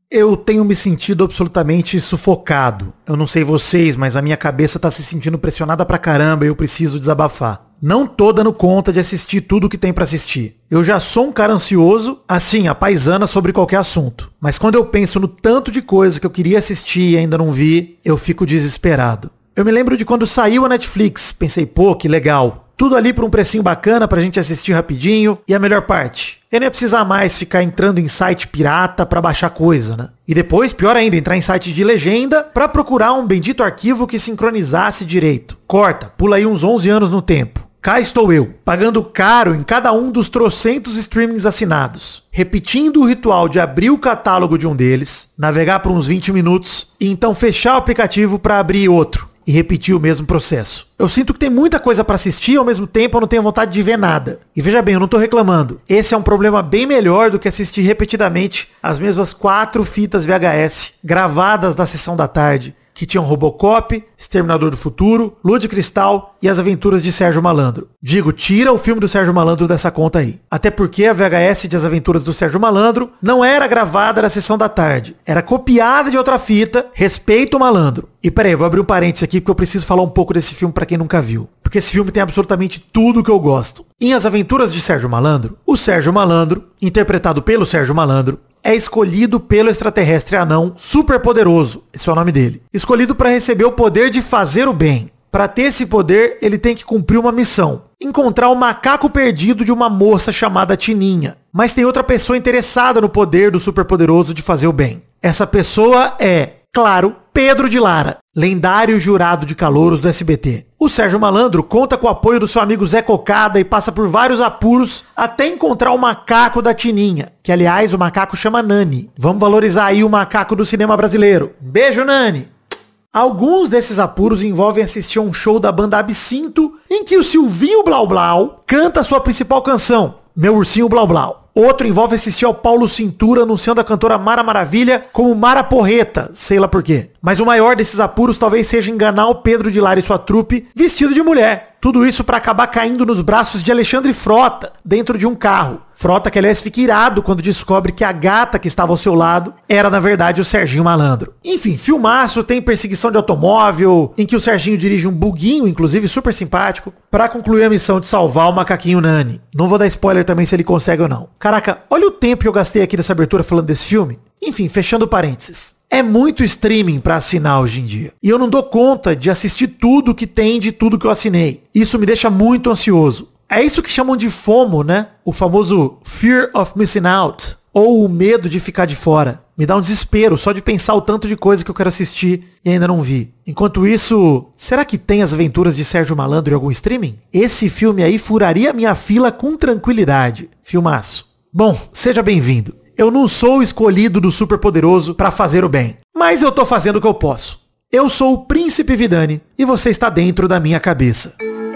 Eu tenho me sentido absolutamente sufocado. Eu não sei vocês, mas a minha cabeça tá se sentindo pressionada pra caramba e eu preciso desabafar. Não tô dando conta de assistir tudo que tem pra assistir. Eu já sou um cara ansioso, assim, a paisana sobre qualquer assunto. Mas quando eu penso no tanto de coisa que eu queria assistir e ainda não vi, eu fico desesperado. Eu me lembro de quando saiu a Netflix, pensei, pô, que legal. Tudo ali por um precinho bacana pra gente assistir rapidinho. E a melhor parte, eu não ia precisar mais ficar entrando em site pirata pra baixar coisa, né? E depois, pior ainda, entrar em site de legenda pra procurar um bendito arquivo que sincronizasse direito. Corta, pula aí uns 11 anos no tempo. Cá estou eu, pagando caro em cada um dos trocentos streamings assinados, repetindo o ritual de abrir o catálogo de um deles, navegar por uns 20 minutos e então fechar o aplicativo para abrir outro e repetir o mesmo processo. Eu sinto que tem muita coisa para assistir e ao mesmo tempo eu não tenho vontade de ver nada. E veja bem, eu não tô reclamando. Esse é um problema bem melhor do que assistir repetidamente as mesmas 4 fitas VHS gravadas na sessão da tarde, que tinham Robocop, Exterminador do Futuro, Lua de Cristal e As Aventuras de Sérgio Malandro. Digo, tira o filme do Sérgio Malandro dessa conta aí. Até porque a VHS de As Aventuras do Sérgio Malandro não era gravada na sessão da tarde. Era copiada de outra fita, Respeito o Malandro. E peraí, eu vou abrir um parênteses aqui porque eu preciso falar um pouco desse filme pra quem nunca viu. Porque esse filme tem absolutamente tudo que eu gosto. Em As Aventuras de Sérgio Malandro, o Sérgio Malandro, interpretado pelo Sérgio Malandro, é escolhido pelo extraterrestre anão super poderoso, esse é o nome dele. Escolhido para receber o poder de fazer o bem. Para ter esse poder, ele tem que cumprir uma missão. Encontrar o macaco perdido de uma moça chamada Tininha. Mas tem outra pessoa interessada no poder do super poderoso de fazer o bem. Essa pessoa é, claro, Pedro de Lara, lendário jurado de calouros do SBT. O Sérgio Malandro conta com o apoio do seu amigo Zé Cocada e passa por vários apuros até encontrar o macaco da Tininha, que aliás o macaco chama Nani. Vamos valorizar aí o macaco do cinema brasileiro. Beijo, Nani! Alguns desses apuros envolvem assistir a um show da banda Absinto, em que o Silvinho Blau Blau canta a sua principal canção, Meu Ursinho Blau Blau. Outro envolve assistir ao Paulo Cintura anunciando a cantora Mara Maravilha como Mara Porreta, sei lá por quê. Mas o maior desses apuros talvez seja enganar o Pedro de Lara e sua trupe vestido de mulher. Tudo isso para acabar caindo nos braços de Alexandre Frota, dentro de um carro. Frota que, aliás, fica irado quando descobre que a gata que estava ao seu lado era, na verdade, o Serginho Malandro. Enfim, filmaço, tem perseguição de automóvel, em que o Serginho dirige um buguinho, inclusive super simpático, para concluir a missão de salvar o macaquinho Nani. Não vou dar spoiler também se ele consegue ou não. Caraca, olha o tempo que eu gastei aqui nessa abertura falando desse filme. Enfim, fechando parênteses. É muito streaming pra assinar hoje em dia. E eu não dou conta de assistir tudo que tem de tudo que eu assinei. Isso me deixa muito ansioso. É isso que chamam de FOMO, né? O famoso Fear of Missing Out. Ou o medo de ficar de fora. Me dá um desespero só de pensar o tanto de coisa que eu quero assistir e ainda não vi. Enquanto isso, será que tem As Aventuras de Sérgio Malandro em algum streaming? Esse filme aí furaria minha fila com tranquilidade. Filmaço. Bom, seja bem-vindo. Eu não sou o escolhido do superpoderoso pra fazer o bem, mas eu tô fazendo o que eu posso. Eu sou o Príncipe Vidani e você está dentro da minha cabeça.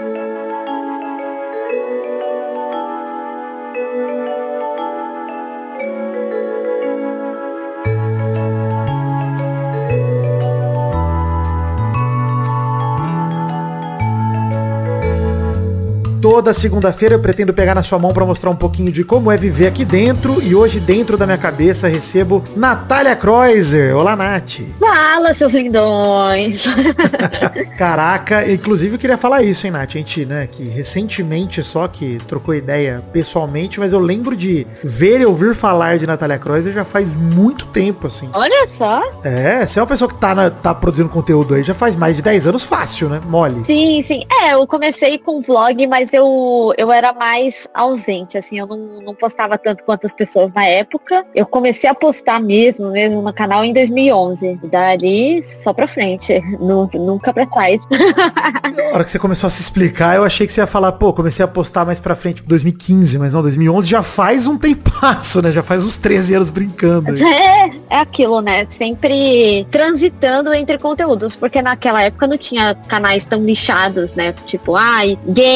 Toda segunda-feira eu pretendo pegar na sua mão para mostrar um pouquinho de como é viver aqui dentro. E hoje, dentro da minha cabeça, recebo Natália Kreuzer. Olá, Nath. Fala, seus lindões. Caraca, inclusive eu queria falar isso, hein, Nath? A gente, né, que recentemente só que trocou ideia pessoalmente, mas eu lembro de ver e ouvir falar de Natália Kreuzer já faz muito tempo, assim. Olha só. É, você é uma pessoa que tá produzindo conteúdo aí já faz mais de 10 anos fácil, né? Mole. Sim, sim. Eu comecei com vlog, mas eu era mais ausente, assim, eu não postava tanto quanto as pessoas na época. Eu comecei a postar mesmo no canal em 2011. Dali, só pra frente, nunca pra trás. Na hora que você começou a se explicar, eu achei que você ia falar, pô, comecei a postar mais pra frente, 2015, mas não, 2011 já faz um tempasso, né? Já faz uns 13 anos brincando. É aquilo, né? Sempre transitando entre conteúdos, porque naquela época não tinha canais tão nichados, né? Tipo, games,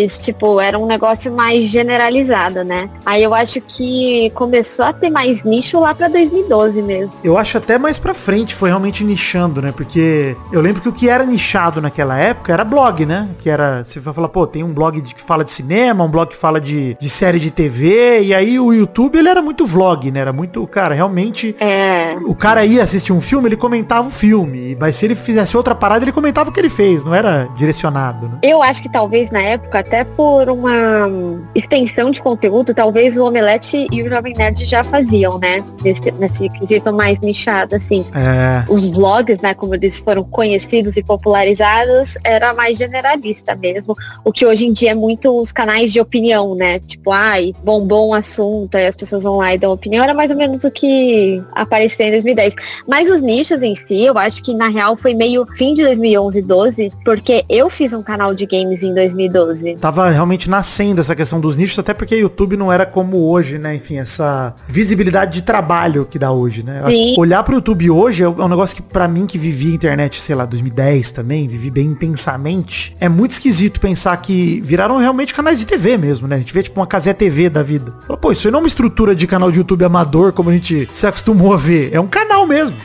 Mas, tipo, era um negócio mais generalizado, né? Aí eu acho que começou a ter mais nicho lá pra 2012 mesmo. Eu acho até mais pra frente foi realmente nichando, né? Porque eu lembro que o que era nichado naquela época era blog, né? Que era, você vai falar, pô, tem um blog que fala de cinema, um blog que fala de série de TV, e aí o YouTube, ele era muito vlog, né? Era muito, cara, realmente, o cara ia assistir um filme, ele comentava o filme, mas se ele fizesse outra parada, ele comentava o que ele fez, não era direcionado, né? Eu acho que talvez na época, até por uma extensão de conteúdo, talvez o Omelete e o Jovem Nerd já faziam, né? Nesse quesito mais nichado, assim. Os vlogs, né, como eles foram conhecidos e popularizados, era mais generalista mesmo. O que hoje em dia é muito os canais de opinião, né? Tipo, bombou um assunto, aí as pessoas vão lá e dão opinião. Era mais ou menos o que apareceu em 2010. Mas os nichos em si, eu acho que na real foi meio fim de 2011, 12, porque eu fiz um canal de games em 2012. Tava realmente nascendo essa questão dos nichos, até porque o YouTube não era como hoje, né? Enfim, essa visibilidade de trabalho que dá hoje, né? Sim. Olhar pro YouTube hoje é um negócio que pra mim que vivi a internet, sei lá, 2010 também, vivi bem intensamente, é muito esquisito pensar que viraram realmente canais de TV mesmo, né? A gente vê tipo uma Cazé TV da vida. Fala, pô, isso aí não é uma estrutura de canal de YouTube amador como a gente se acostumou a ver. É um canal mesmo.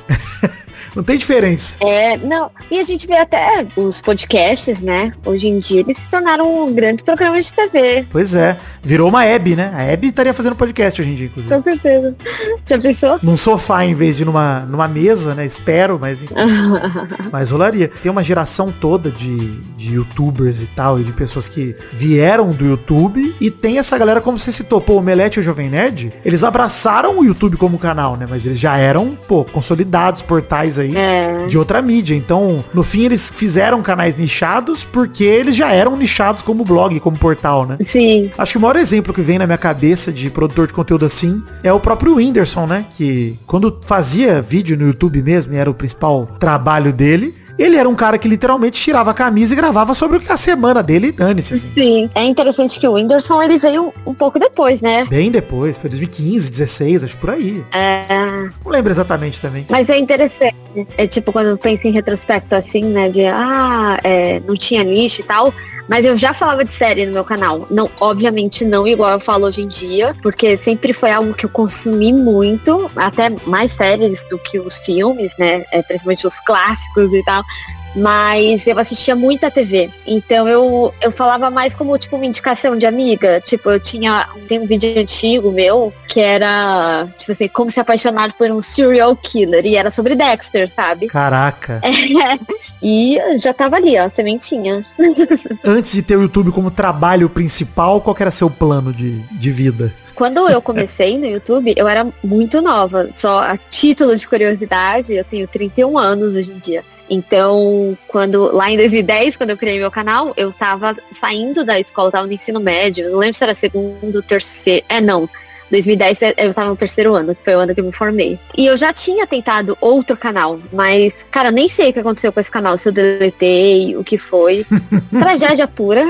Não tem diferença. Não. E a gente vê até os podcasts, né? Hoje em dia eles se tornaram um grande programa de TV. Pois é. Virou uma Hebe, né? A Hebe estaria fazendo podcast hoje em dia, inclusive. Com certeza. Já pensou? Num sofá em vez de numa mesa, né? Espero, mas enfim. Mas rolaria. Tem uma geração toda de youtubers e tal, e de pessoas que vieram do YouTube, e tem essa galera, como você citou, pô, o Omelete e o Jovem Nerd, eles abraçaram o YouTube como canal, né? Mas eles já eram, pô, consolidados, portais aí de outra mídia. Então, no fim, eles fizeram canais nichados porque eles já eram nichados como blog, como portal, né? Sim. Acho que o maior exemplo que vem na minha cabeça de produtor de conteúdo assim é o próprio Whindersson, né? Que quando fazia vídeo no YouTube mesmo, e era o principal trabalho dele, ele era um cara que literalmente tirava a camisa e gravava sobre o que a semana dele e dane-se, assim. Sim. É interessante que o Whindersson, ele veio um pouco depois, né? Bem depois, foi 2015, 16, acho por aí. Não lembro exatamente também. Mas é interessante. É tipo, quando eu penso em retrospecto assim, né? De, não tinha nicho e tal. Mas eu já falava de série no meu canal. Não, obviamente não igual eu falo hoje em dia, porque sempre foi algo que eu consumi muito, até mais séries do que os filmes, né? Principalmente os clássicos e tal. Mas eu assistia muita TV. Então eu falava mais como tipo uma indicação de amiga. Tipo, tem um vídeo antigo meu que era, tipo assim, como se apaixonar por um serial killer. E era sobre Dexter, sabe? Caraca. E já tava ali, ó, sementinha. Antes de ter o YouTube como trabalho principal, qual que era seu plano de vida? Quando eu comecei no YouTube, eu era muito nova. Só a título de curiosidade, eu tenho 31 anos hoje em dia. Então, lá em 2010, quando eu criei meu canal, eu tava saindo da escola, eu tava no ensino médio. Eu não lembro se era segundo, terceiro. 2010 eu tava no terceiro ano, que foi o ano que eu me formei. E eu já tinha tentado outro canal, mas, cara, eu nem sei o que aconteceu com esse canal, se eu deletei, o que foi. Tragédia pura.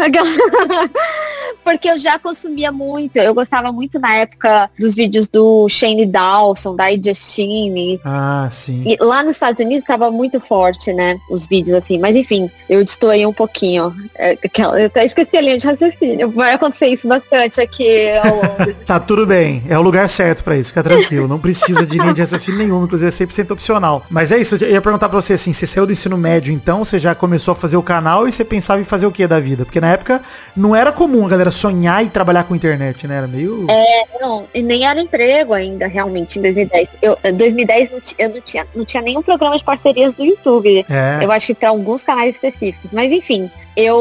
Porque eu já consumia muito, eu gostava muito na época dos vídeos do Shane Dawson, da iJustine. Ah, sim. E lá nos Estados Unidos tava muito forte, né, os vídeos assim. Mas enfim, eu destoei um pouquinho. Eu até esqueci a linha de raciocínio. Vai acontecer isso bastante aqui ao longo. Tá, tudo bem. É o lugar certo pra isso, fica tranquilo. Não precisa de linha de raciocínio nenhuma, inclusive é 100% opcional. Mas é isso, eu ia perguntar pra você assim, você saiu do ensino médio então, você já começou a fazer o canal e você pensava em fazer o que da vida? Porque na época não era comum a galera sonhar e trabalhar com internet, né? Era meio... Não, e nem era emprego ainda, realmente, em 2010. Em 2010 eu não tinha nenhum programa de parcerias do YouTube. Eu acho que pra alguns canais específicos. Mas enfim,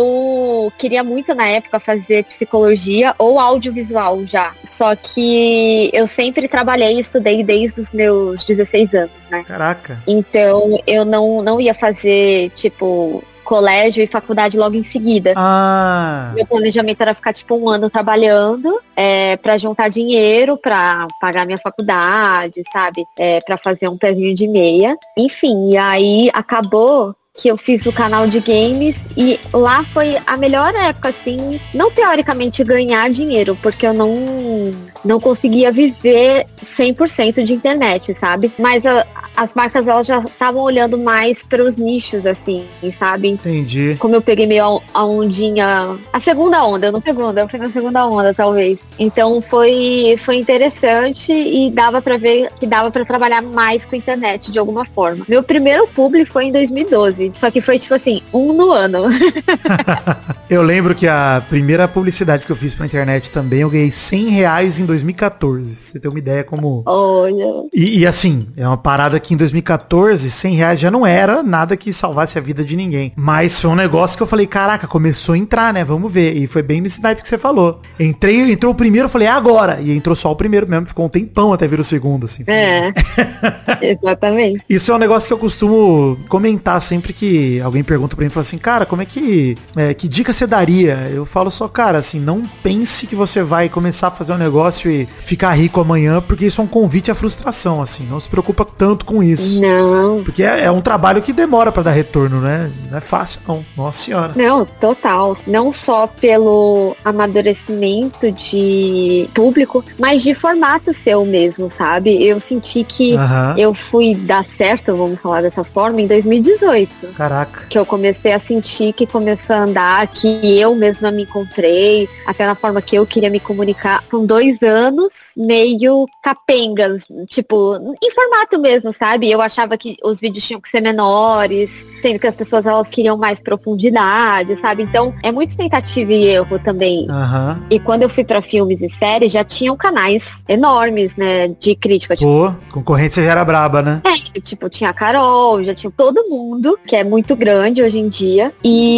eu queria muito na época fazer psicologia ou audiovisual já. Só que eu sempre trabalhei e estudei desde os meus 16 anos, né? Caraca. Então eu não ia fazer, tipo, colégio e faculdade logo em seguida. Meu planejamento era ficar tipo um ano trabalhando pra juntar dinheiro pra pagar minha faculdade, sabe? Pra fazer um pezinho de meia. Enfim, e aí acabou que eu fiz o canal de games e lá foi a melhor época, assim, não teoricamente ganhar dinheiro, porque eu não conseguia viver 100% de internet, sabe? Mas as marcas elas já estavam olhando mais para os nichos, assim, sabe? Entendi. Como eu peguei meio a ondinha, a segunda onda, eu não peguei onda, eu peguei a segunda onda, talvez. Então foi interessante e dava para ver que dava para trabalhar mais com a internet de alguma forma. Meu primeiro publi foi em 2012, só que foi tipo assim, um no ano. Eu lembro que a primeira publicidade que eu fiz pra internet também, eu ganhei R$100 em 2014. Você tem uma ideia como... Olha. E assim, é uma parada que em 2014, R$100 já não era nada que salvasse a vida de ninguém. Mas foi um negócio que eu falei, caraca, começou a entrar, né? Vamos ver. E foi bem nesse naipe que você falou. Entrou o primeiro, eu falei, é agora. E entrou só o primeiro mesmo, ficou um tempão até vir o segundo, assim. É, exatamente. Isso é um negócio que eu costumo comentar sempre que alguém pergunta pra mim, fala assim, cara, como é que dica você daria? Eu falo só, cara, assim, não pense que você vai começar a fazer um negócio e ficar rico amanhã, porque isso é um convite à frustração, assim. Não se preocupa tanto com isso. Não. Porque é um trabalho que demora pra dar retorno, né? Não é fácil, não. Nossa senhora. Não, total. Não só pelo amadurecimento de público, mas de formato seu mesmo, sabe? Eu senti que eu fui dar certo, vamos falar dessa forma, em 2018. Caraca. Que eu comecei a sentir que começou a andar, que eu mesma me encontrei, até na forma que eu queria me comunicar. Com 2 anos, meio capengas, tipo, em formato mesmo, sabe? Eu achava que os vídeos tinham que ser menores, sendo que as pessoas, elas queriam mais profundidade, sabe? Então, é muito tentativa e erro também. E quando eu fui pra filmes e séries, já tinham canais enormes, né, de crítica. Pô, concorrência já era braba, né? Tipo, tinha a Carol, já tinha todo mundo, que é muito grande hoje em dia.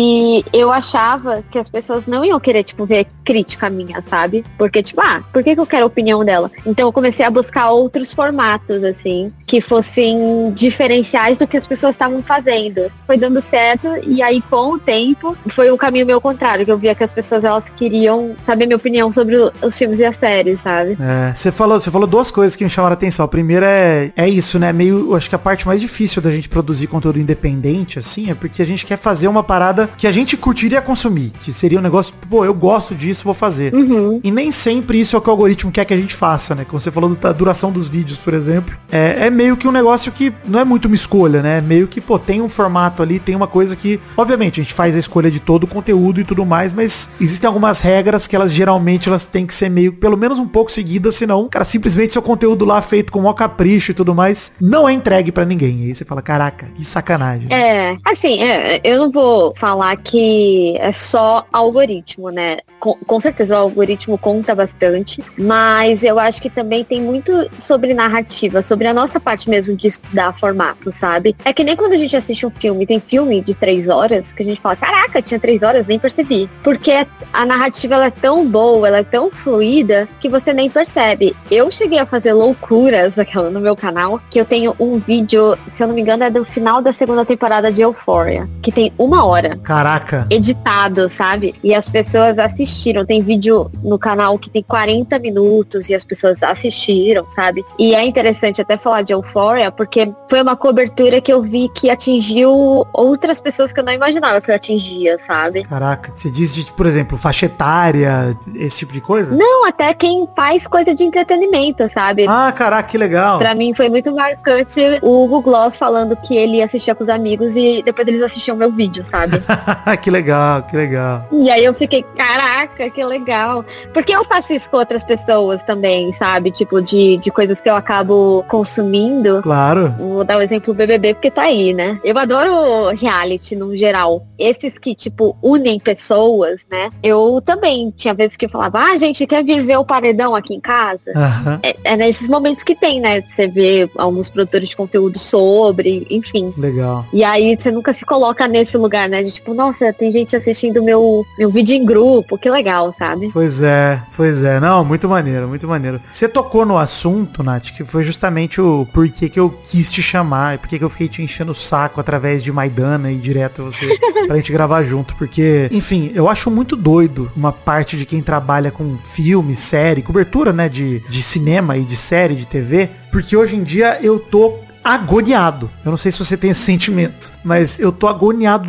E eu achava que as pessoas não iam querer, tipo, ver crítica minha, sabe? Porque, tipo, por que eu quero a opinião dela? Então eu comecei a buscar outros formatos, assim, que fossem diferenciais do que as pessoas estavam fazendo. Foi dando certo, e aí com o tempo, foi um caminho meio contrário, que eu via que as pessoas, elas queriam saber minha opinião sobre os filmes e as séries, sabe? Você falou 2 coisas que me chamaram a atenção. A primeira é isso, né? Meio, acho que a parte mais difícil da gente produzir conteúdo independente, assim, é porque a gente quer fazer uma parada que a gente curtiria consumir, que seria um negócio, pô, eu gosto disso, vou fazer. E nem sempre isso é o que o algoritmo quer que a gente faça, né? Como você falou da duração dos vídeos, por exemplo, é meio que um negócio que não é muito uma escolha, né? Meio que, pô, tem um formato ali, tem uma coisa que, obviamente, a gente faz a escolha de todo o conteúdo e tudo mais, mas existem algumas regras que geralmente elas têm que ser meio, pelo menos um pouco seguidas, senão, cara, simplesmente seu conteúdo lá feito com o maior capricho e tudo mais, não é entregue pra ninguém. E aí você fala, caraca, que sacanagem. Eu não vou falar que é só algoritmo, né? Com certeza o algoritmo conta bastante, mas eu acho que também tem muito sobre narrativa, sobre a nossa parte mesmo de estudar formato, sabe? É que nem quando a gente assiste um filme, tem filme de 3 horas, que a gente fala, caraca, tinha 3 horas, nem percebi. Porque a narrativa, ela é tão boa, ela é tão fluida, que você nem percebe. Eu cheguei a fazer loucuras no meu canal, que eu tenho um vídeo, se eu não me engano, é do final da 2ª temporada de Euphoria, que tem 1 hora. Caraca. Editado, sabe? E as pessoas assistiram. Tem vídeo no canal que tem 40 minutos e as pessoas assistiram, sabe? E é interessante até falar de Euphoria, porque foi uma cobertura que eu vi que atingiu outras pessoas que eu não imaginava que eu atingia, sabe? Caraca. Você diz de, por exemplo, faixa etária, esse tipo de coisa? Não, até quem faz coisa de entretenimento, sabe? Caraca, que legal. Pra mim foi muito marcante o Hugo Gloss falando que ele assistia com os amigos e depois eles assistiam meu vídeo, sabe? Que legal, que legal. E aí eu fiquei, caraca, que legal. Porque eu faço isso com outras pessoas também, sabe? Tipo, de coisas que eu acabo consumindo. Claro. Vou dar o exemplo do BBB, porque tá aí, né? Eu adoro reality, no geral. Esses que, tipo, unem pessoas, né? Eu também tinha vezes que eu falava, gente, quer vir ver o paredão aqui em casa? É nesses momentos que tem, né? Você vê alguns produtores de conteúdo sobre, enfim. Legal. E aí você nunca se coloca nesse lugar, né? De tipo, nossa, tem gente assistindo meu vídeo em grupo, que legal, sabe? Pois é. Não, muito maneiro, muito maneiro. Você tocou no assunto, Nath, que foi justamente o porquê que eu quis te chamar, e porquê que eu fiquei te enchendo o saco através de Maidana e direto você pra gente gravar junto, porque, enfim, eu acho muito doido uma parte de quem trabalha com filme, série, cobertura, né, de cinema e de série, de TV, porque hoje em dia eu tô agoniado. Eu não sei se você tem esse sentimento, mas eu tô agoniado do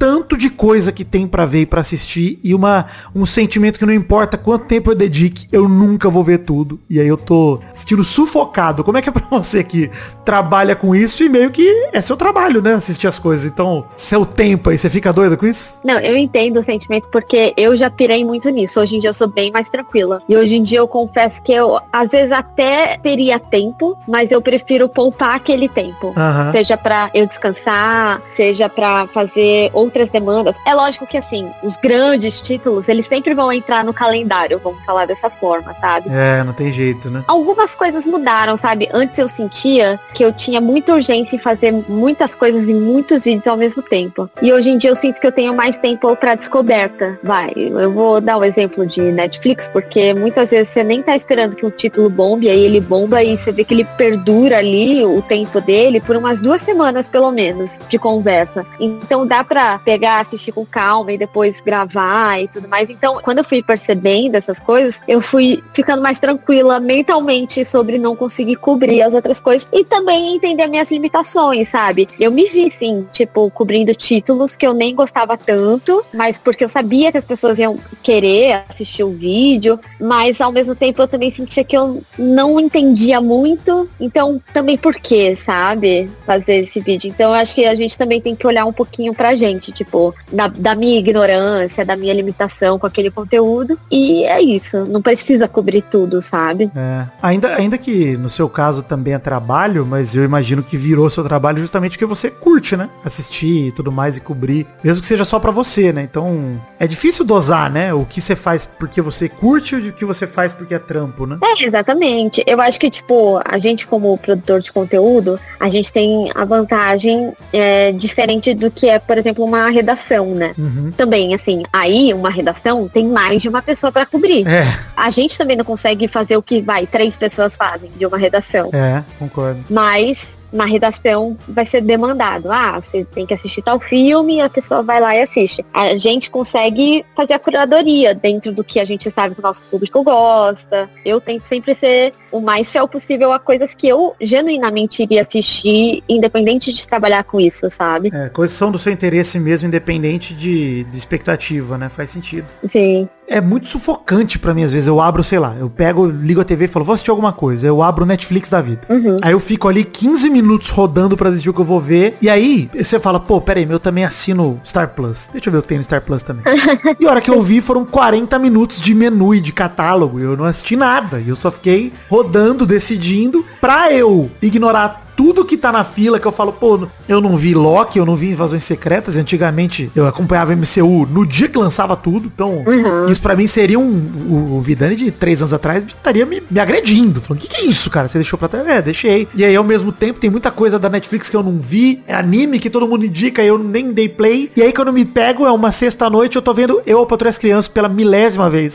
tanto de coisa que tem pra ver e pra assistir e um sentimento que não importa quanto tempo eu dedique, eu nunca vou ver tudo. E aí eu tô sentindo sufocado. Como é que é pra você que trabalha com isso e meio que é seu trabalho, né? Assistir as coisas. Então, seu tempo aí, você fica doido com isso? Não, eu entendo o sentimento porque eu já pirei muito nisso. Hoje em dia eu sou bem mais tranquila. E hoje em dia eu confesso que eu, às vezes, até teria tempo, mas eu prefiro poupar aquele tempo. Uhum. Seja pra eu descansar, seja pra fazer outras demandas. É lógico que, assim, os grandes títulos, eles sempre vão entrar no calendário, vamos falar dessa forma, sabe? É, não tem jeito, né? Algumas coisas mudaram, sabe? Antes eu sentia que eu tinha muita urgência em fazer muitas coisas e muitos vídeos ao mesmo tempo. E hoje em dia eu sinto que eu tenho mais tempo pra descoberta. Eu vou dar um exemplo de Netflix, porque muitas vezes você nem tá esperando que um título bombe, aí ele bomba e você vê que ele perdura ali o tempo dele por umas 2 semanas, pelo menos, de conversa. Então dá pra pegar, assistir com calma e depois gravar e tudo mais. Então, quando eu fui percebendo essas coisas, eu fui ficando mais tranquila mentalmente sobre não conseguir cobrir as outras coisas e também entender minhas limitações, sabe? Eu me vi, sim, tipo, cobrindo títulos que eu nem gostava tanto, mas porque eu sabia que as pessoas iam querer assistir o vídeo, mas ao mesmo tempo eu também sentia que eu não entendia muito, então também por quê, sabe? Fazer esse vídeo. Então eu acho que a gente também tem que olhar um pouquinho pra gente, tipo, da minha ignorância, da minha limitação com aquele conteúdo, e é isso, não precisa cobrir tudo, sabe? É. Ainda que no seu caso também é trabalho, mas eu imagino que virou seu trabalho justamente porque você curte, né? Assistir e tudo mais e cobrir, mesmo que seja só pra você, né? Então, é difícil dosar, né? O que você faz porque você curte e o que você faz porque é trampo, né? É, exatamente. Eu acho que, tipo, a gente como produtor de conteúdo, a gente tem a vantagem diferente do que é, por exemplo, uma redação, né? Uhum. Também, assim, aí uma redação tem mais de uma pessoa pra cobrir. É. A gente também não consegue fazer o que 3 pessoas fazem de uma redação. É, concordo. Mas na redação vai ser demandado. Você tem que assistir tal filme, a pessoa vai lá e assiste. A gente consegue fazer a curadoria dentro do que a gente sabe que o nosso público gosta. Eu tento sempre ser o mais fiel possível a coisas que eu genuinamente iria assistir, independente de trabalhar com isso, sabe? É, coisas são do seu interesse mesmo, independente de expectativa, né? Faz sentido. Sim. É muito sufocante pra mim, às vezes. Eu abro, sei lá, eu pego, ligo a TV e falo, vou assistir alguma coisa. Eu abro o Netflix da vida. Uhum. Aí eu fico ali 15 minutos rodando pra decidir o que eu vou ver. E aí, você fala, pô, peraí, eu também assino Star Plus. Deixa eu ver o que tem no Star Plus também. E a hora que eu vi, foram 40 minutos de menu e de catálogo. E eu não assisti nada. E eu só fiquei rodando, decidindo, pra eu ignorar tudo que tá na fila, que eu falo, pô, eu não vi Loki, eu não vi Invasões Secretas, antigamente eu acompanhava MCU no dia que lançava tudo, então isso pra mim seria o Vidani de 3 anos atrás estaria me agredindo, falando, que é isso, cara, você deixou pra trás? Deixei. E aí, ao mesmo tempo, tem muita coisa da Netflix que eu não vi, é anime que todo mundo indica e eu nem dei play, e aí quando eu me pego, é uma sexta-noite, eu tô vendo Eu, a Patroa e as Crianças pela 1000ª vez.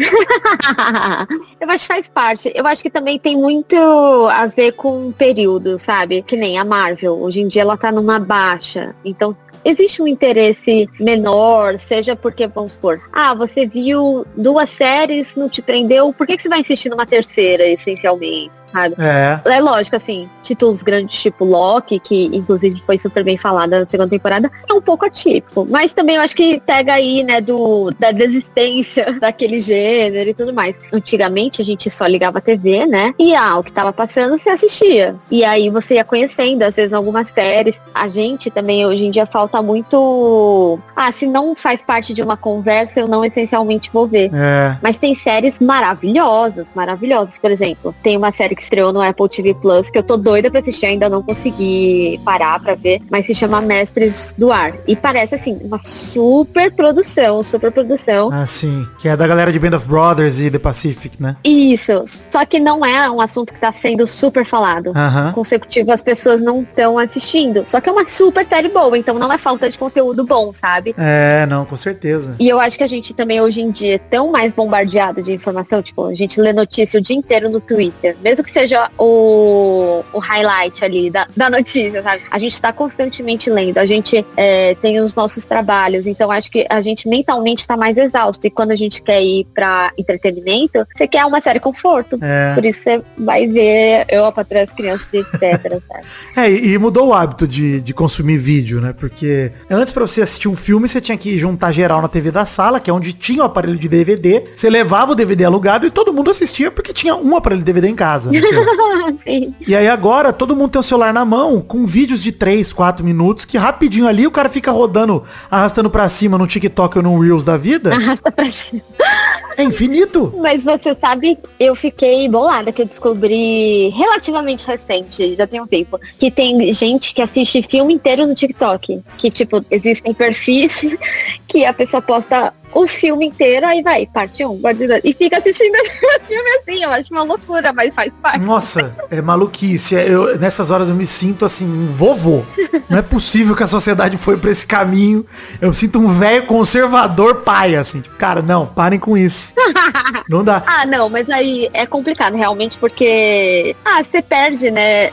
Eu acho que faz parte. Eu acho que também tem muito a ver com o período, sabe? Que nem a Marvel. Hoje em dia ela tá numa baixa. Então, existe um interesse menor, seja porque, vamos supor, você viu 2 séries, não te prendeu, por que você vai insistir numa terceira, essencialmente? Sabe? É lógico, assim, títulos grandes tipo Loki, que inclusive foi super bem falada na 2ª temporada, é um pouco atípico. Mas também eu acho que pega aí, né, da desistência daquele gênero e tudo mais. Antigamente a gente só ligava a TV, né? E o que tava passando você assistia. E aí você ia conhecendo, às vezes, algumas séries. A gente também, hoje em dia, falta muito... se não faz parte de uma conversa, eu não essencialmente vou ver. Mas tem séries maravilhosas, maravilhosas. Por exemplo, tem uma série que estreou no Apple TV Plus, que eu tô doida pra assistir, ainda não consegui parar pra ver, mas se chama Mestres do Ar. E parece, assim, uma super produção. Sim, que é da galera de Band of Brothers e The Pacific, né? Isso, só que não é um assunto que tá sendo super falado. Consecutivo, as pessoas não estão assistindo. Só que é uma super série boa, então não é falta de conteúdo bom, sabe? Não, com certeza. E eu acho que a gente também hoje em dia é tão mais bombardeado de informação, tipo, a gente lê notícia o dia inteiro no Twitter, mesmo que seja o highlight ali da notícia, sabe? A gente tá constantemente lendo, a gente tem os nossos trabalhos, então acho que a gente mentalmente tá mais exausto, e quando a gente quer ir pra entretenimento, você quer uma série conforto. Por isso você vai ver Eu, a Patroa e as Crianças, etc, sabe? E mudou o hábito de consumir vídeo, né? Porque antes, pra você assistir um filme, você tinha que juntar geral na TV da sala, que é onde tinha o aparelho de DVD, você levava o DVD alugado e todo mundo assistia porque tinha um aparelho de DVD em casa, né? E aí agora todo mundo tem o celular na mão com vídeos de 3, 4 minutos que rapidinho ali o cara fica rodando, arrastando pra cima no TikTok ou no Reels da vida. Arrasta pra cima. É infinito. Mas você sabe, eu fiquei bolada que eu descobri relativamente recente, já tem um tempo, que tem gente que assiste filme inteiro no TikTok. Que, tipo, existem perfis que a pessoa posta o filme inteiro, aí vai, parte 1, parte 2, e fica assistindo o filme assim, eu acho uma loucura, mas faz parte. Nossa, é maluquice. Nessas horas eu me sinto assim, um vovô. Não é possível que a sociedade foi pra esse caminho. Eu me sinto um velho conservador paia, assim. Tipo, cara, não, parem com isso. Não dá. Não, mas aí é complicado realmente, porque você perde, né,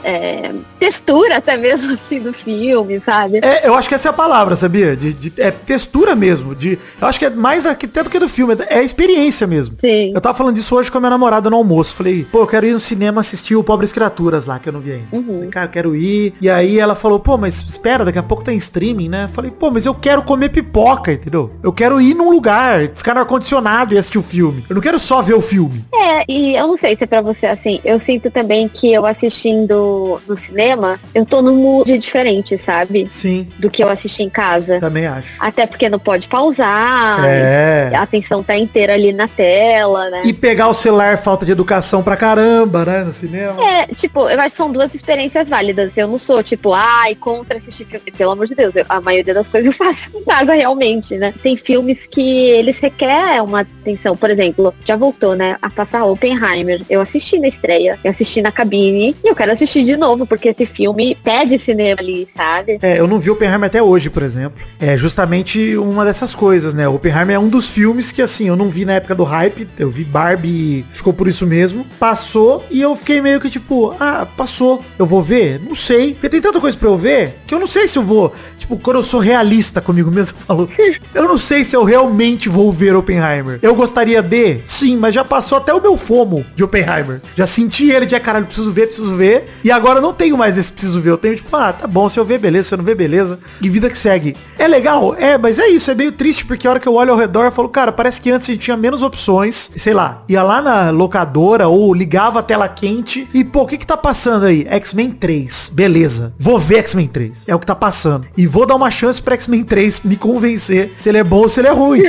textura até mesmo assim do filme, sabe? Eu acho que essa é a palavra, sabia? É textura mesmo. Eu acho que é mais até do que do filme, é a experiência mesmo. Sim. Eu tava falando disso hoje com a minha namorada no almoço. Falei, pô, eu quero ir no cinema assistir o Pobres Criaturas lá, que eu não vi ainda. Falei, cara, eu quero ir. E aí ela falou, pô, mas espera, daqui a pouco tá em streaming, né? Falei, pô, mas eu quero comer pipoca, entendeu? Eu quero ir num lugar, ficar no ar-condicionado e assistir o filme. Eu não quero só ver o filme. E eu não sei se é pra você assim, eu sinto também que eu assistindo no cinema, eu tô num mood diferente, sabe? Sim. Do que eu assisti em casa. Também acho. Até porque não pode pausar. A atenção tá inteira ali na tela, né? E pegar o celular, falta de educação pra caramba, né? No cinema. Tipo, eu acho que são duas experiências válidas. Eu não sou, tipo, contra assistir filme. Pelo amor de Deus, a maioria das coisas eu faço em casa, realmente, né? Tem filmes que eles requerem uma atenção. Por exemplo, já voltou, né? A passar Oppenheimer. Eu assisti na estreia, eu assisti na cabine, e eu quero assistir de novo, porque esse filme pede cinema ali, sabe? Eu não vi Oppenheimer até hoje, por exemplo. É justamente uma dessas coisas, né? Oppenheimer é um dos filmes que, assim, eu não vi na época do hype, eu vi Barbie, ficou por isso mesmo, passou, e eu fiquei meio que tipo, passou, eu vou ver? Não sei, porque tem tanta coisa pra eu ver, que eu não sei se eu vou, tipo, quando eu sou realista comigo mesmo, eu falo, eu não sei se eu realmente vou ver Oppenheimer. Eu gostaria de? Sim, mas já passou até o meu FOMO de Oppenheimer. Já senti ele de, caralho, preciso ver, e agora eu não tenho mais esse preciso ver, eu tenho tipo, tá bom, se eu ver, beleza, se eu não ver, beleza, e vida que segue. É legal? Mas é isso, é meio triste, porque a hora que eu olho ao redor, eu falo, cara, parece que antes a gente tinha menos opções, sei lá, ia lá na locadora ou ligava a tela quente e, pô, o que tá passando aí? X-Men 3, beleza, vou ver X-Men 3, é o que tá passando, e vou dar uma chance pra X-Men 3 me convencer se ele é bom ou se ele é ruim.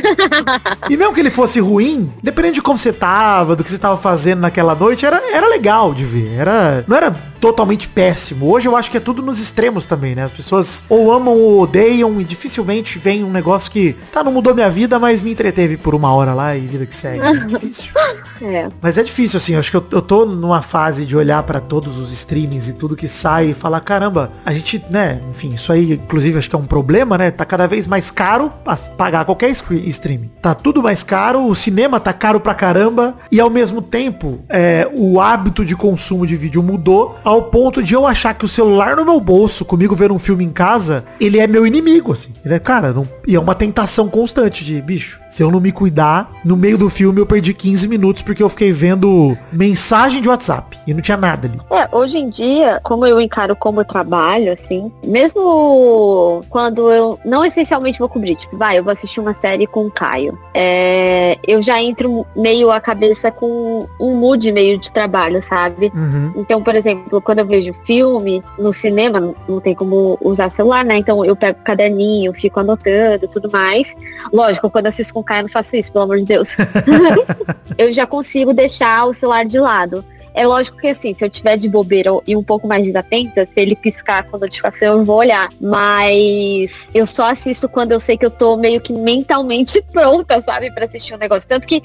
E mesmo que ele fosse ruim, dependendo de como você tava, do que você tava fazendo naquela noite, era legal de ver, não era totalmente péssimo. Hoje eu acho que é tudo nos extremos também, né? As pessoas ou amam ou odeiam e dificilmente vem um negócio que, não mudou minha vida, mas me entreteve por uma hora lá e vida que segue. É difícil. Mas é difícil, assim, eu acho que eu tô numa fase de olhar pra todos os streamings e tudo que sai e falar, caramba, a gente, né, enfim, isso aí, inclusive, acho que é um problema, né? Tá cada vez mais caro pagar qualquer streaming. Tá tudo mais caro, o cinema tá caro pra caramba e, ao mesmo tempo, o hábito de consumo de vídeo mudou ao ponto de eu achar que o celular no meu bolso, comigo vendo um filme em casa, ele é meu inimigo, assim. Ele e é uma tentação constante de, bicho, se eu não me cuidar, no meio do filme eu perdi 15 minutos porque eu fiquei vendo mensagem de WhatsApp e não tinha nada ali. Hoje em dia, como eu encaro como trabalho, assim, mesmo quando eu não essencialmente vou cobrir, tipo, eu vou assistir uma série com o Caio, eu já entro meio a cabeça com um mood meio de trabalho, sabe? Então, por exemplo, quando eu vejo filme no cinema, não tem como usar celular, né? Então eu pego o caderninho, fico anotando, tudo mais. Lógico, quando eu assisto com o Caio eu não faço isso, pelo amor de Deus. Eu já consigo deixar o celular de lado. É lógico que assim, se eu tiver de bobeira e um pouco mais desatenta, se ele piscar com notificação, eu vou olhar. Mas eu só assisto quando eu sei que eu tô meio que mentalmente pronta, sabe, pra assistir um negócio. Tanto que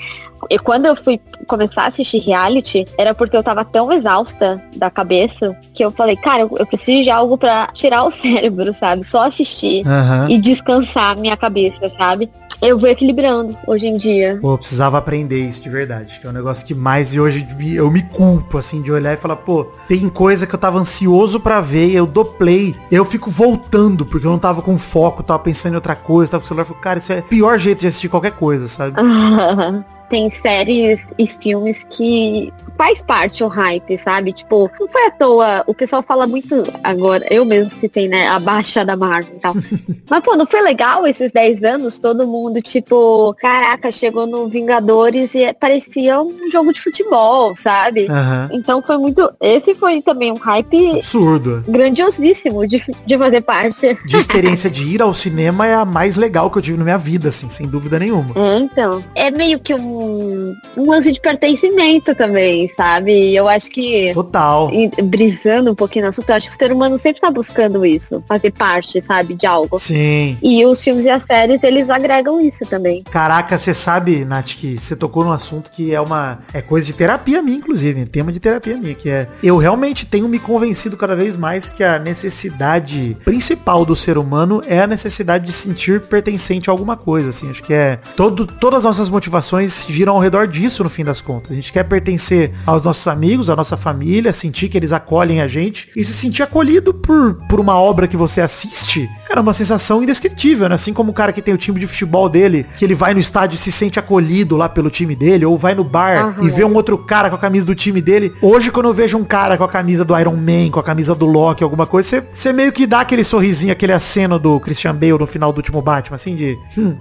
quando eu fui começar a assistir reality, era porque eu tava tão exausta da cabeça que eu falei, cara, eu preciso de algo pra tirar o cérebro, sabe? Só assistir e descansar minha cabeça, sabe? Eu vou equilibrando hoje em dia. Pô, eu precisava aprender isso de verdade, que é um negócio que mais, e hoje eu me culpo, assim, de olhar e falar, pô, tem coisa que eu tava ansioso pra ver, eu dou play, eu fico voltando, porque eu não tava com foco, tava pensando em outra coisa, tava com o celular, falei, cara, isso é o pior jeito de assistir qualquer coisa, sabe? Tem séries e filmes que faz parte o hype, sabe? Tipo, não foi à toa, o pessoal fala muito agora, eu mesmo citei, né, a baixa da Marvel e tal. Mas, pô, não foi legal esses 10 anos, todo mundo, tipo, caraca, chegou no Vingadores e parecia um jogo de futebol, sabe? Então foi muito, esse foi também um hype absurdo, grandiosíssimo de fazer parte. De experiência de ir ao cinema é a mais legal que eu tive na minha vida, assim, sem dúvida nenhuma. Então, é meio que um lance de pertencimento também, sabe? E eu acho que... Total. Brisando um pouquinho no assunto, eu acho que o ser humano sempre tá buscando isso, fazer parte, sabe, de algo. Sim. E os filmes e as séries, eles agregam isso também. Caraca, você sabe, Nath, que você tocou num assunto que é coisa de terapia minha, inclusive, tema de terapia minha, que é, eu realmente tenho me convencido cada vez mais que a necessidade principal do ser humano é a necessidade de sentir pertencente a alguma coisa, assim, acho que todas as nossas motivações giram ao redor disso, no fim das contas. A gente quer pertencer aos nossos amigos, à nossa família, sentir que eles acolhem a gente e se sentir acolhido por uma obra que você assiste, cara, é uma sensação indescritível, né? Assim como o cara que tem o time de futebol dele, que ele vai no estádio e se sente acolhido lá pelo time dele, ou vai no bar e vê um outro cara com a camisa do time dele. Hoje, quando eu vejo um cara com a camisa do Iron Man, com a camisa do Loki, alguma coisa, você meio que dá aquele sorrisinho, aquele aceno do Christian Bale no final do último Batman, assim, de...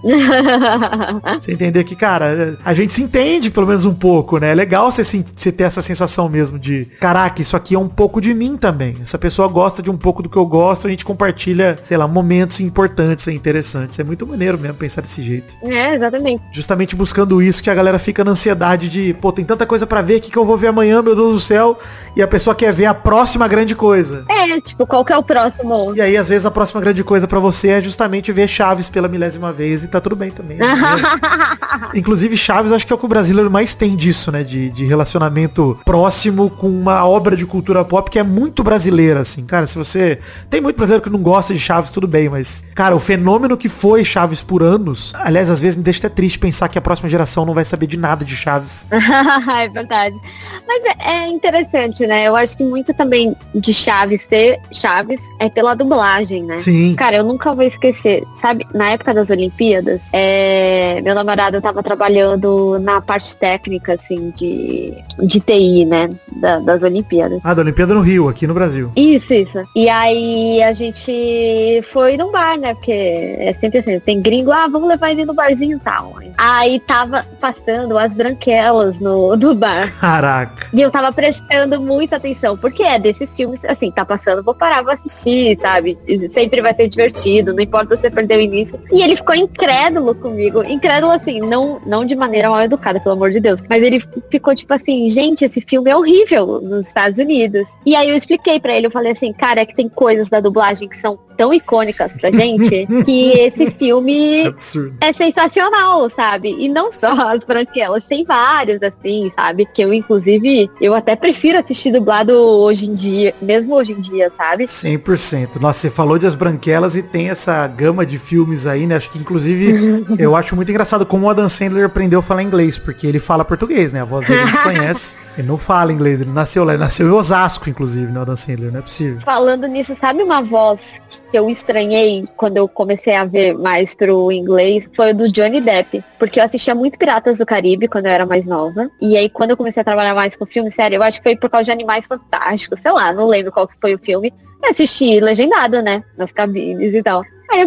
Você entender que, cara, a gente se entende pelo menos um pouco, né? É legal você ter essa sensação mesmo de, caraca, isso aqui é um pouco de mim também. Essa pessoa gosta de um pouco do que eu gosto, a gente compartilha, sei lá, momentos importantes e interessantes. É muito maneiro mesmo pensar desse jeito. É, exatamente. Justamente buscando isso que a galera fica na ansiedade de, pô, tem tanta coisa pra ver, o que eu vou ver amanhã, meu Deus do céu? E a pessoa quer ver a próxima grande coisa. É, tipo, qual que é o próximo? E aí, às vezes, a próxima grande coisa pra você é justamente ver Chaves pela 1000ª vez e tá tudo bem também. Né? Inclusive, Chaves, acho que é o que o brasileiro mais tem disso, né? De relacionamento próximo com uma obra de cultura pop que é muito brasileira, assim. Cara, se você... Tem muito brasileiro que não gosta de Chaves, tudo bem, mas... Cara, o fenômeno que foi Chaves por anos... Aliás, às vezes me deixa até triste pensar que a próxima geração não vai saber de nada de Chaves. É verdade. Mas é interessante, né? Eu acho que muito também de Chaves ser Chaves é pela dublagem, né? Sim. Cara, eu nunca vou esquecer. Sabe, na época das Olimpíadas, meu namorado tava trabalhando na parte técnica, assim, de TI, né? Das Olimpíadas. Ah, da Olimpíada no Rio, aqui no Brasil. Isso. E aí a gente foi num bar, né? Porque é sempre assim, tem gringo, vamos levar ele no barzinho e tal. Aí tava passando As Branquelas no bar. Caraca. E eu tava prestando muita atenção, porque é desses filmes, assim, tá passando, vou parar, vou assistir, sabe? Sempre vai ser divertido, não importa se você perdeu o início. E ele ficou incrédulo comigo. Incrédulo, assim, não de maneira mal educada, pelo amor de Deus. Mas ele ficou tipo assim, gente, esse filme é horrível nos Estados Unidos. E aí eu expliquei pra ele, eu falei assim, cara, é que tem coisas da dublagem que são tão icônicas pra gente, que esse filme é sensacional, sabe? E não só As Branquelas, tem vários, assim, sabe? Que eu, inclusive, eu até prefiro assistir dublado hoje em dia, mesmo hoje em dia, sabe? 100%. Nossa, você falou de As Branquelas e tem essa gama de filmes aí, né? Acho que, inclusive, eu acho muito engraçado como o Adam Sandler aprendeu a falar inglês, porque ele fala português, né? A voz dele a gente conhece. Ele não fala inglês, ele nasceu lá, ele nasceu em Osasco, inclusive, né, o Adam Sandler, não é possível. Falando nisso, sabe uma voz que eu estranhei quando eu comecei a ver mais pro inglês? Foi o do Johnny Depp, porque eu assistia muito Piratas do Caribe quando eu era mais nova, e aí quando eu comecei a trabalhar mais com filme, sério, eu acho que foi por causa de Animais Fantásticos, sei lá, não lembro qual que foi o filme, eu assisti legendado, né, nas cabines e tal. Aí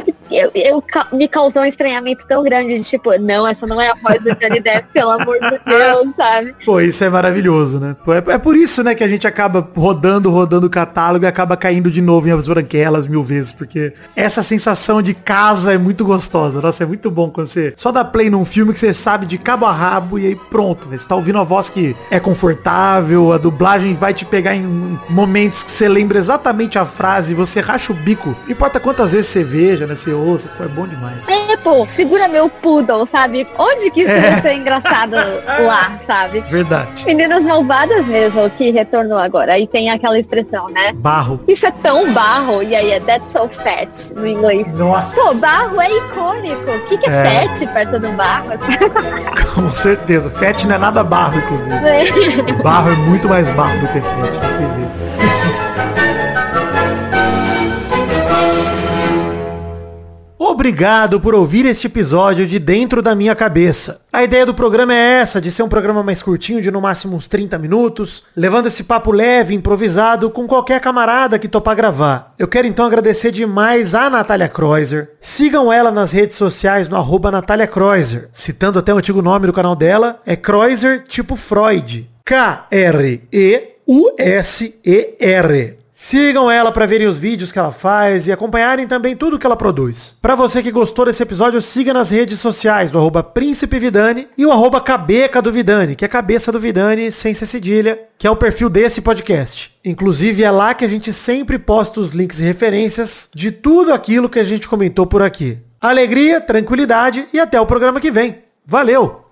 me causou um estranhamento tão grande de tipo, não, essa não é a voz do Johnny Depp, pelo amor de Deus, sabe? Pô, isso é maravilhoso, né? Pô, é por isso, né, que a gente acaba rodando o catálogo e acaba caindo de novo em As Branquelas 1000 vezes, porque essa sensação de casa é muito gostosa. Nossa, é muito bom quando você só dá play num filme que você sabe de cabo a rabo e aí pronto, você tá ouvindo a voz que é confortável, a dublagem vai te pegar em momentos que você lembra exatamente a frase, você racha o bico. Não importa quantas vezes você veja, né, você misterioso, pô, é bom demais. Pô, segura meu poodle, sabe? Onde que isso ia ser engraçado lá, sabe? Verdade. Meninas Malvadas mesmo, que retornou agora. Aí tem aquela expressão, né? Barro. Isso é tão barro, e aí é that's so fat, no inglês. Nossa. Pô, barro é icônico. O que é fat perto do barro? Com certeza. Fat não é nada barro, inclusive. Barro é muito mais barro do que fat, tem que ver. Obrigado por ouvir este episódio de Dentro da Minha Cabeça. A ideia do programa é essa, de ser um programa mais curtinho, de no máximo uns 30 minutos, levando esse papo leve, improvisado, com qualquer camarada que topar gravar. Eu quero então agradecer demais a Natália Kreuzer. Sigam ela nas redes sociais no @Natália Kreuzer. Citando até o antigo nome do canal dela, é Kreuzer tipo Freud. Kreuser. Sigam ela para verem os vídeos que ela faz e acompanharem também tudo que ela produz. Para você que gostou desse episódio, siga nas redes sociais do @Príncipe Vidani e o @Cabeca do Vidani, que é cabeça do Vidani sem ser cedilha, que é o perfil desse podcast. Inclusive é lá que a gente sempre posta os links e referências de tudo aquilo que a gente comentou por aqui. Alegria, tranquilidade e até o programa que vem. Valeu!